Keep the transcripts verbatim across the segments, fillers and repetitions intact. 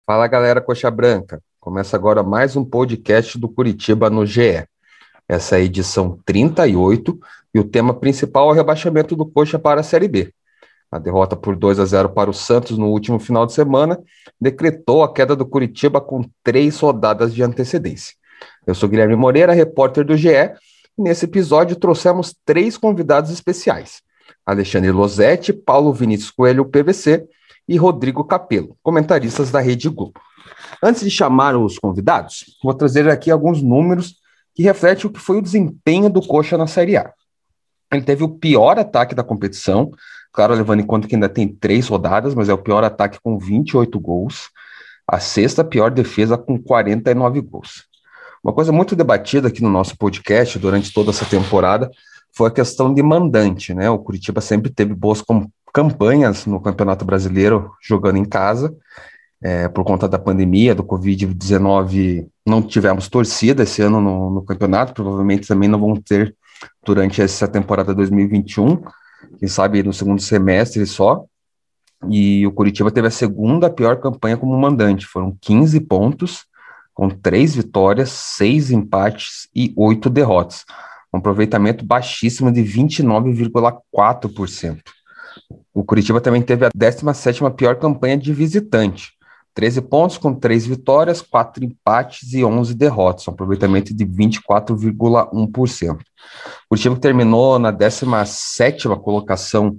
Fala galera Coxa Branca, começa agora mais um podcast do Curitiba no G E. Essa é a edição trinta e oito e o tema principal é o rebaixamento do Coxa para a Série B. A derrota por dois a zero para o Santos no último final de semana decretou a queda do Curitiba com três rodadas de antecedência. Eu sou Guilherme Moreira, repórter do G E, e nesse episódio trouxemos três convidados especiais: Alexandre Losetti, Paulo Vinícius Coelho, P V C, e Rodrigo Capello, comentaristas da Rede Globo. Antes de chamar os convidados, vou trazer aqui alguns números que refletem o que foi o desempenho do Coxa na Série A. Ele teve o pior ataque da competição, claro, levando em conta que ainda tem três rodadas, mas é o pior ataque com vinte e oito gols, a sexta pior defesa com quarenta e nove gols. Uma coisa muito debatida aqui no nosso podcast durante toda essa temporada foi a questão de mandante, né? O Curitiba sempre teve boas com campanhas no Campeonato Brasileiro jogando em casa. É, por conta da pandemia, do covid dezenove, não tivemos torcida esse ano no, no campeonato, provavelmente também não vão ter durante essa temporada dois mil e vinte e um, quem sabe no segundo semestre só. E o Curitiba teve a segunda pior campanha como mandante, foram quinze pontos, com três vitórias, seis empates e oito derrotas, um aproveitamento baixíssimo de vinte e nove vírgula quatro por cento. O Curitiba também teve a décima sétima pior campanha de visitante, treze pontos com três vitórias, quatro empates e onze derrotas, um aproveitamento de vinte e quatro vírgula um por cento. O Curitiba terminou na décima sétima colocação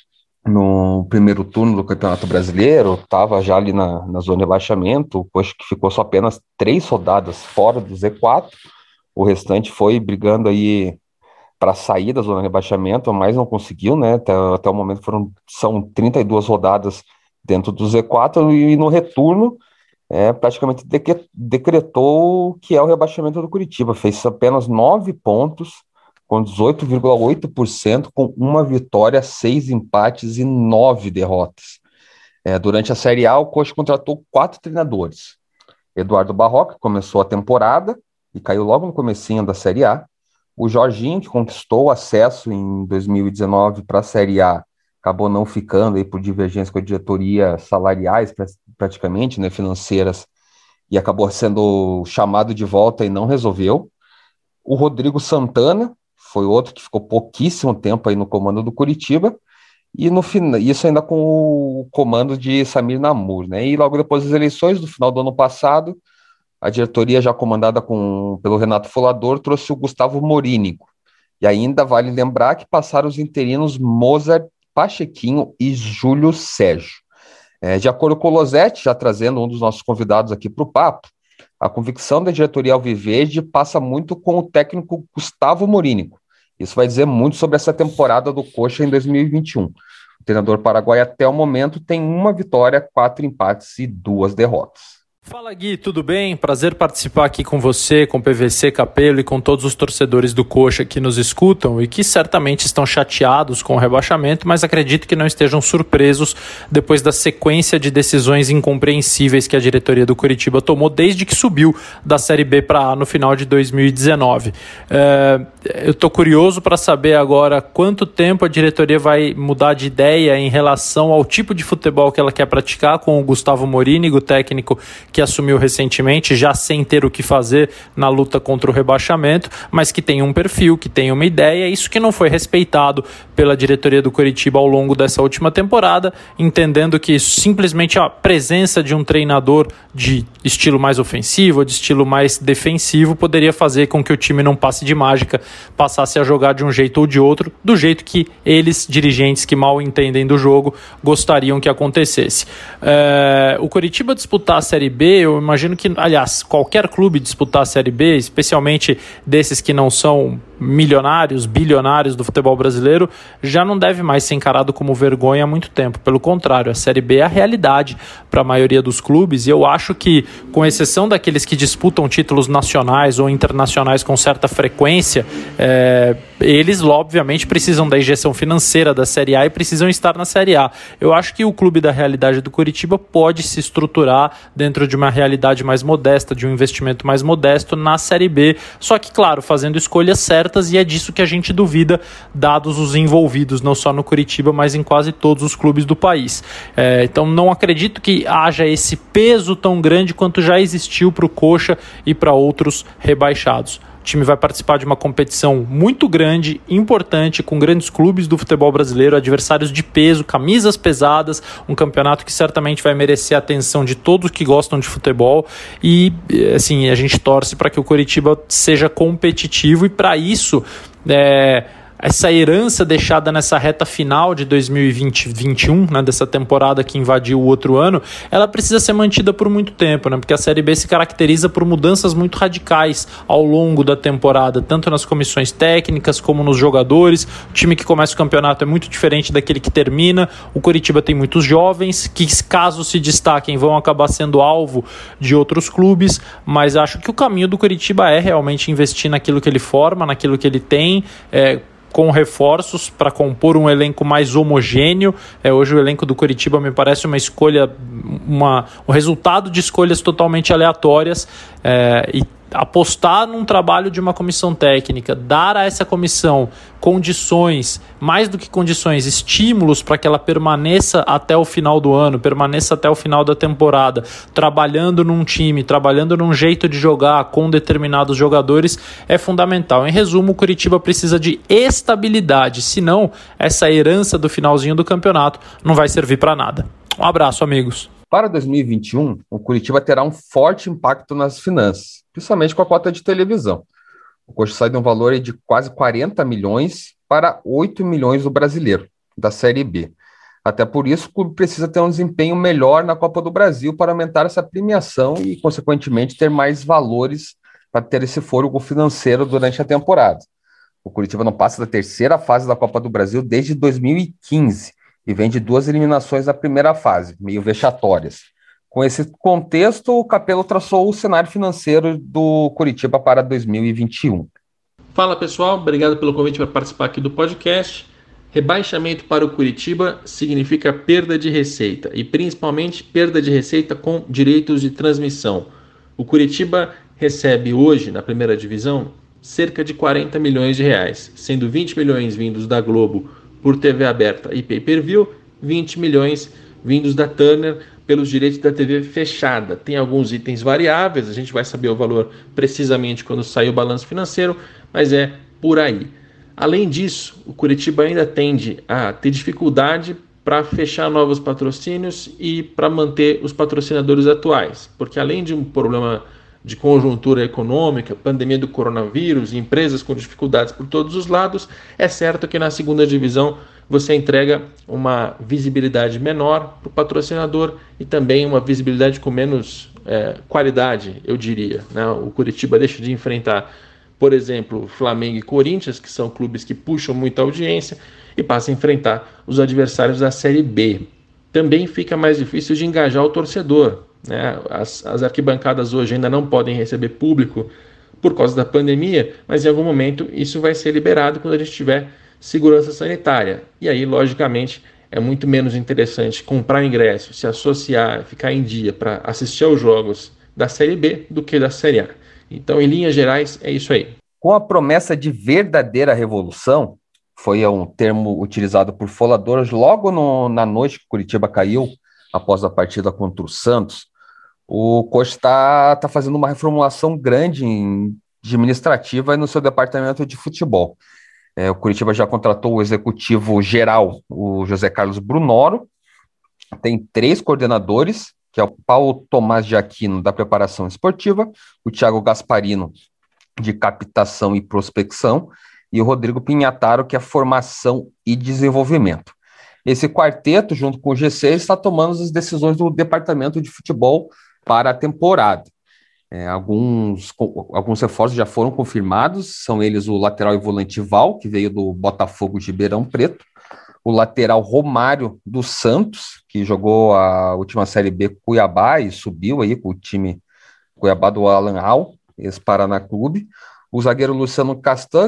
no primeiro turno do Campeonato Brasileiro, estava já ali na, na zona de rebaixamento. O Coxa que ficou só apenas três rodadas fora do Z quatro, o restante foi brigando aí para sair da zona de rebaixamento, mas não conseguiu, né? Até, até o momento foram, são trinta e duas rodadas dentro do Z quatro, e no retorno é, praticamente decretou o que é o rebaixamento do Curitiba. Fez apenas nove pontos, com dezoito vírgula oito por cento, com uma vitória, seis empates e nove derrotas. É, durante a Série A, o Coxa contratou quatro treinadores. Eduardo Barroca começou a temporada e caiu logo no comecinho da Série A. O Jorginho, que conquistou o acesso em dois mil e dezenove para a Série A, acabou não ficando aí por divergência com a diretoria salariais, praticamente, né, financeiras, e acabou sendo chamado de volta e não resolveu. O Rodrigo Santana foi outro que ficou pouquíssimo tempo aí no comando do Curitiba, e no final, isso ainda com o comando de Samir Namur, né? E logo depois das eleições, do final do ano passado, a diretoria, já comandada com, pelo Renato Folador, trouxe o Gustavo Morínigo. E ainda vale lembrar que passaram os interinos Mozart, Pachequinho e Júlio Sérgio. É, de acordo com o Losetti, já trazendo um dos nossos convidados aqui para o papo, a convicção da diretoria alviverde passa muito com o técnico Gustavo Morínigo. Isso vai dizer muito sobre essa temporada do Coxa em dois mil e vinte e um. O treinador paraguaio, até o momento, tem uma vitória, quatro empates e duas derrotas. Fala Gui, tudo bem? Prazer participar aqui com você, com o P V C, Capello e com todos os torcedores do Coxa que nos escutam e que certamente estão chateados com o rebaixamento, mas acredito que não estejam surpresos depois da sequência de decisões incompreensíveis que a diretoria do Curitiba tomou desde que subiu da Série B para A no final de dois mil e dezenove. É, eu estou curioso para saber agora quanto tempo a diretoria vai mudar de ideia em relação ao tipo de futebol que ela quer praticar com o Gustavo Morínigo, técnico que assumiu recentemente, já sem ter o que fazer na luta contra o rebaixamento, mas que tem um perfil, que tem uma ideia, isso que não foi respeitado pela diretoria do Curitiba ao longo dessa última temporada, entendendo que simplesmente a presença de um treinador de estilo mais ofensivo, de estilo mais defensivo, poderia fazer com que o time não passe de mágica, passasse a jogar de um jeito ou de outro, do jeito que eles, dirigentes que mal entendem do jogo, gostariam que acontecesse. É, o Curitiba disputar a Série B, eu imagino que, aliás, qualquer clube disputar a Série B, especialmente desses que não são milionários, bilionários do futebol brasileiro, já não deve mais ser encarado como vergonha há muito tempo. Pelo contrário, a Série B é a realidade para a maioria dos clubes, e eu acho que, com exceção daqueles que disputam títulos nacionais ou internacionais com certa frequência, é, eles, obviamente, precisam da injeção financeira da Série A e precisam estar na Série A. Eu acho que o clube da realidade do Coritiba pode se estruturar dentro de uma realidade mais modesta, de um investimento mais modesto na Série B, só que, claro, fazendo escolhas certas, e é disso que a gente duvida, dados os envolvidos, não só no Coritiba, mas em quase todos os clubes do país. É, então, não acredito que haja esse peso tão grande quanto já existiu para o Coxa e para outros rebaixados. O time vai participar de uma competição muito grande, importante, com grandes clubes do futebol brasileiro, adversários de peso, camisas pesadas, um campeonato que certamente vai merecer a atenção de todos que gostam de futebol e, assim, a gente torce para que o Coritiba seja competitivo e, para isso, é... essa herança deixada nessa reta final de dois mil e vinte, vinte e um, né, dessa temporada que invadiu o outro ano, ela precisa ser mantida por muito tempo, né, porque a Série B se caracteriza por mudanças muito radicais ao longo da temporada, tanto nas comissões técnicas como nos jogadores. O time que começa o campeonato é muito diferente daquele que termina. O Coritiba tem muitos jovens que, caso se destaquem, vão acabar sendo alvo de outros clubes, mas acho que o caminho do Coritiba é realmente investir naquilo que ele forma, naquilo que ele tem, é, com reforços para compor um elenco mais homogêneo. É, hoje o elenco do Coritiba me parece uma escolha, uma, um resultado de escolhas totalmente aleatórias, é, e apostar num trabalho de uma comissão técnica, dar a essa comissão condições, mais do que condições, estímulos para que ela permaneça até o final do ano, permaneça até o final da temporada, trabalhando num time, trabalhando num jeito de jogar com determinados jogadores, é fundamental. Em resumo, o Coritiba precisa de estabilidade, senão essa herança do finalzinho do campeonato não vai servir para nada. Um abraço, amigos. Para dois mil e vinte e um, o Coritiba terá um forte impacto nas finanças, principalmente com a cota de televisão. O Coxa sai de um valor de quase quarenta milhões para oito milhões do Brasileiro, da Série B. Até por isso, o clube precisa ter um desempenho melhor na Copa do Brasil para aumentar essa premiação e, consequentemente, ter mais valores para ter esse fôlego financeiro durante a temporada. O Coritiba não passa da terceira fase da Copa do Brasil desde dois mil e quinze, e vem de duas eliminações da primeira fase, meio vexatórias. Com esse contexto, o Capello traçou o cenário financeiro do Coritiba para dois mil e vinte e um. Fala pessoal, obrigado pelo convite para participar aqui do podcast. Rebaixamento para o Coritiba significa perda de receita, e principalmente perda de receita com direitos de transmissão. O Coritiba recebe hoje, na primeira divisão, cerca de quarenta milhões de reais, sendo vinte milhões vindos da Globo por T V aberta e pay-per-view, vinte milhões vindos da Turner pelos direitos da T V fechada. Tem alguns itens variáveis, a gente vai saber o valor precisamente quando sair o balanço financeiro, mas é por aí. Além disso, o Coritiba ainda tende a ter dificuldade para fechar novos patrocínios e para manter os patrocinadores atuais, porque além de um problema de conjuntura econômica, pandemia do coronavírus, empresas com dificuldades por todos os lados, é certo que na segunda divisão você entrega uma visibilidade menor para o patrocinador e também uma visibilidade com menos é, qualidade, eu diria, né? O Coritiba deixa de enfrentar, por exemplo, Flamengo e Corinthians, que são clubes que puxam muita audiência, e passa a enfrentar os adversários da Série B. Também fica mais difícil de engajar o torcedor, né? As, as arquibancadas hoje ainda não podem receber público por causa da pandemia, mas em algum momento isso vai ser liberado quando a gente tiver segurança sanitária. E aí, logicamente, é muito menos interessante comprar ingresso, se associar, ficar em dia para assistir aos jogos da Série B do que da Série A. Então, em linhas gerais, é isso aí. Com a promessa de verdadeira revolução, foi um termo utilizado por foladores logo no, na noite que o Coritiba caiu, após a partida contra o Santos, o Coxa está tá fazendo uma reformulação grande em, administrativa no seu departamento de futebol. É, o Coritiba já contratou o executivo geral, o José Carlos Brunoro, tem três coordenadores, que é o Paulo Tomás de Aquino, da preparação esportiva, o Thiago Gasparino, de captação e prospecção, e o Rodrigo Pinhataro, que é formação e desenvolvimento. Esse quarteto, junto com o G C, está tomando as decisões do departamento de futebol para a temporada. É, alguns, alguns reforços já foram confirmados, são eles o lateral e volante Val, que veio do Botafogo de Ribeirão Preto, o lateral Romário dos Santos, que jogou a última Série B com Cuiabá e subiu aí com o time Cuiabá do Alan Al, ex-Paraná Clube, o zagueiro Luciano Castan, que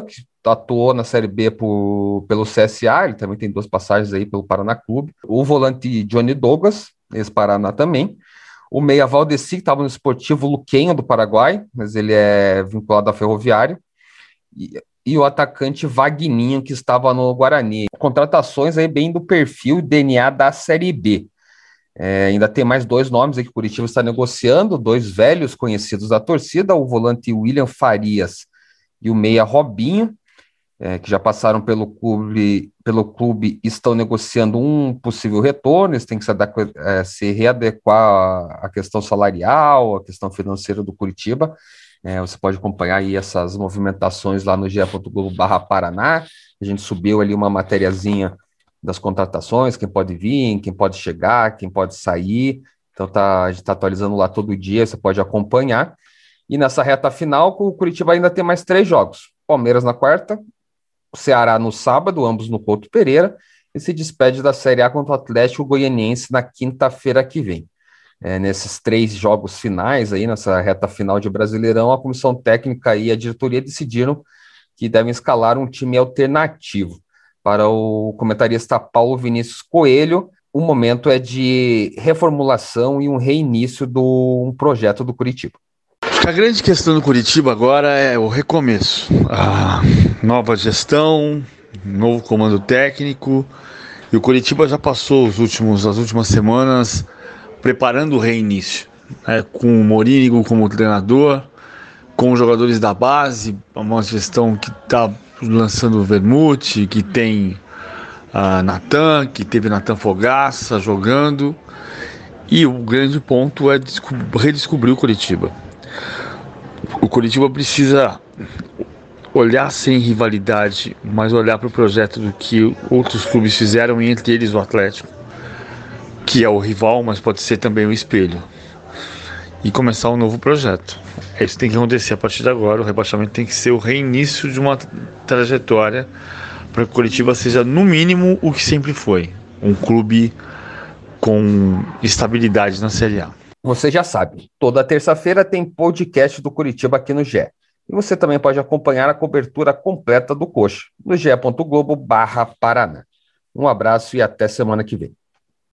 atuou na Série B por, pelo C S A, ele também tem duas passagens aí pelo Paraná Clube. O volante Johnny Douglas, ex-Paraná também. O meia Valdeci, que estava no Esportivo Luquenha do Paraguai, mas ele é vinculado à Ferroviária. E, e o atacante Vagninho, que estava no Guarani. Contratações aí bem do perfil D N A da Série B. É, ainda tem mais dois nomes aí que o Curitiba está negociando, dois velhos conhecidos da torcida, o volante William Farias e o meia Robinho, é, que já passaram pelo clube, pelo clube e estão negociando um possível retorno. Eles têm que se, adequ- é, se readequar à questão salarial, à questão financeira do Curitiba. É, você pode acompanhar aí essas movimentações lá no ge ponto globo barra Paraná. A gente subiu ali uma matériazinha das contratações, quem pode vir, quem pode chegar, quem pode sair. Então tá, a gente está atualizando lá todo dia, você pode acompanhar. E nessa reta final, o Curitiba ainda tem mais três jogos. Palmeiras na quarta, o Ceará no sábado, ambos no Couto Pereira, e se despede da Série A contra o Atlético Goianiense na quinta-feira que vem. É, nesses três jogos finais, aí, nessa reta final de Brasileirão, a comissão técnica e a diretoria decidiram que devem escalar um time alternativo. Para o comentarista Paulo Vinícius Coelho, o momento é de reformulação e um reinício de um projeto do Curitiba. A grande questão do Curitiba agora é o recomeço. A nova gestão, novo comando técnico. E o Curitiba já passou os últimos, as últimas semanas preparando o reinício, né, com o Morínigo como treinador, com os jogadores da base, uma gestão que está lançando o Vermute, que tem a Natan, que teve Natan Fogaça jogando. E o grande ponto é redescobrir o Curitiba. O Curitiba precisa olhar sem rivalidade, mas olhar para o projeto do que outros clubes fizeram, e entre eles o Atlético, que é o rival, mas pode ser também o espelho, e começar um novo projeto. É isso que tem que acontecer a partir de agora. O rebaixamento tem que ser o reinício de uma trajetória para que o Curitiba seja, no mínimo, o que sempre foi, um clube com estabilidade na Série A. Você já sabe, toda terça-feira tem podcast do Curitiba aqui no G E. E você também pode acompanhar a cobertura completa do Coxa no ge ponto globo barra Paraná. Um abraço e até semana que vem.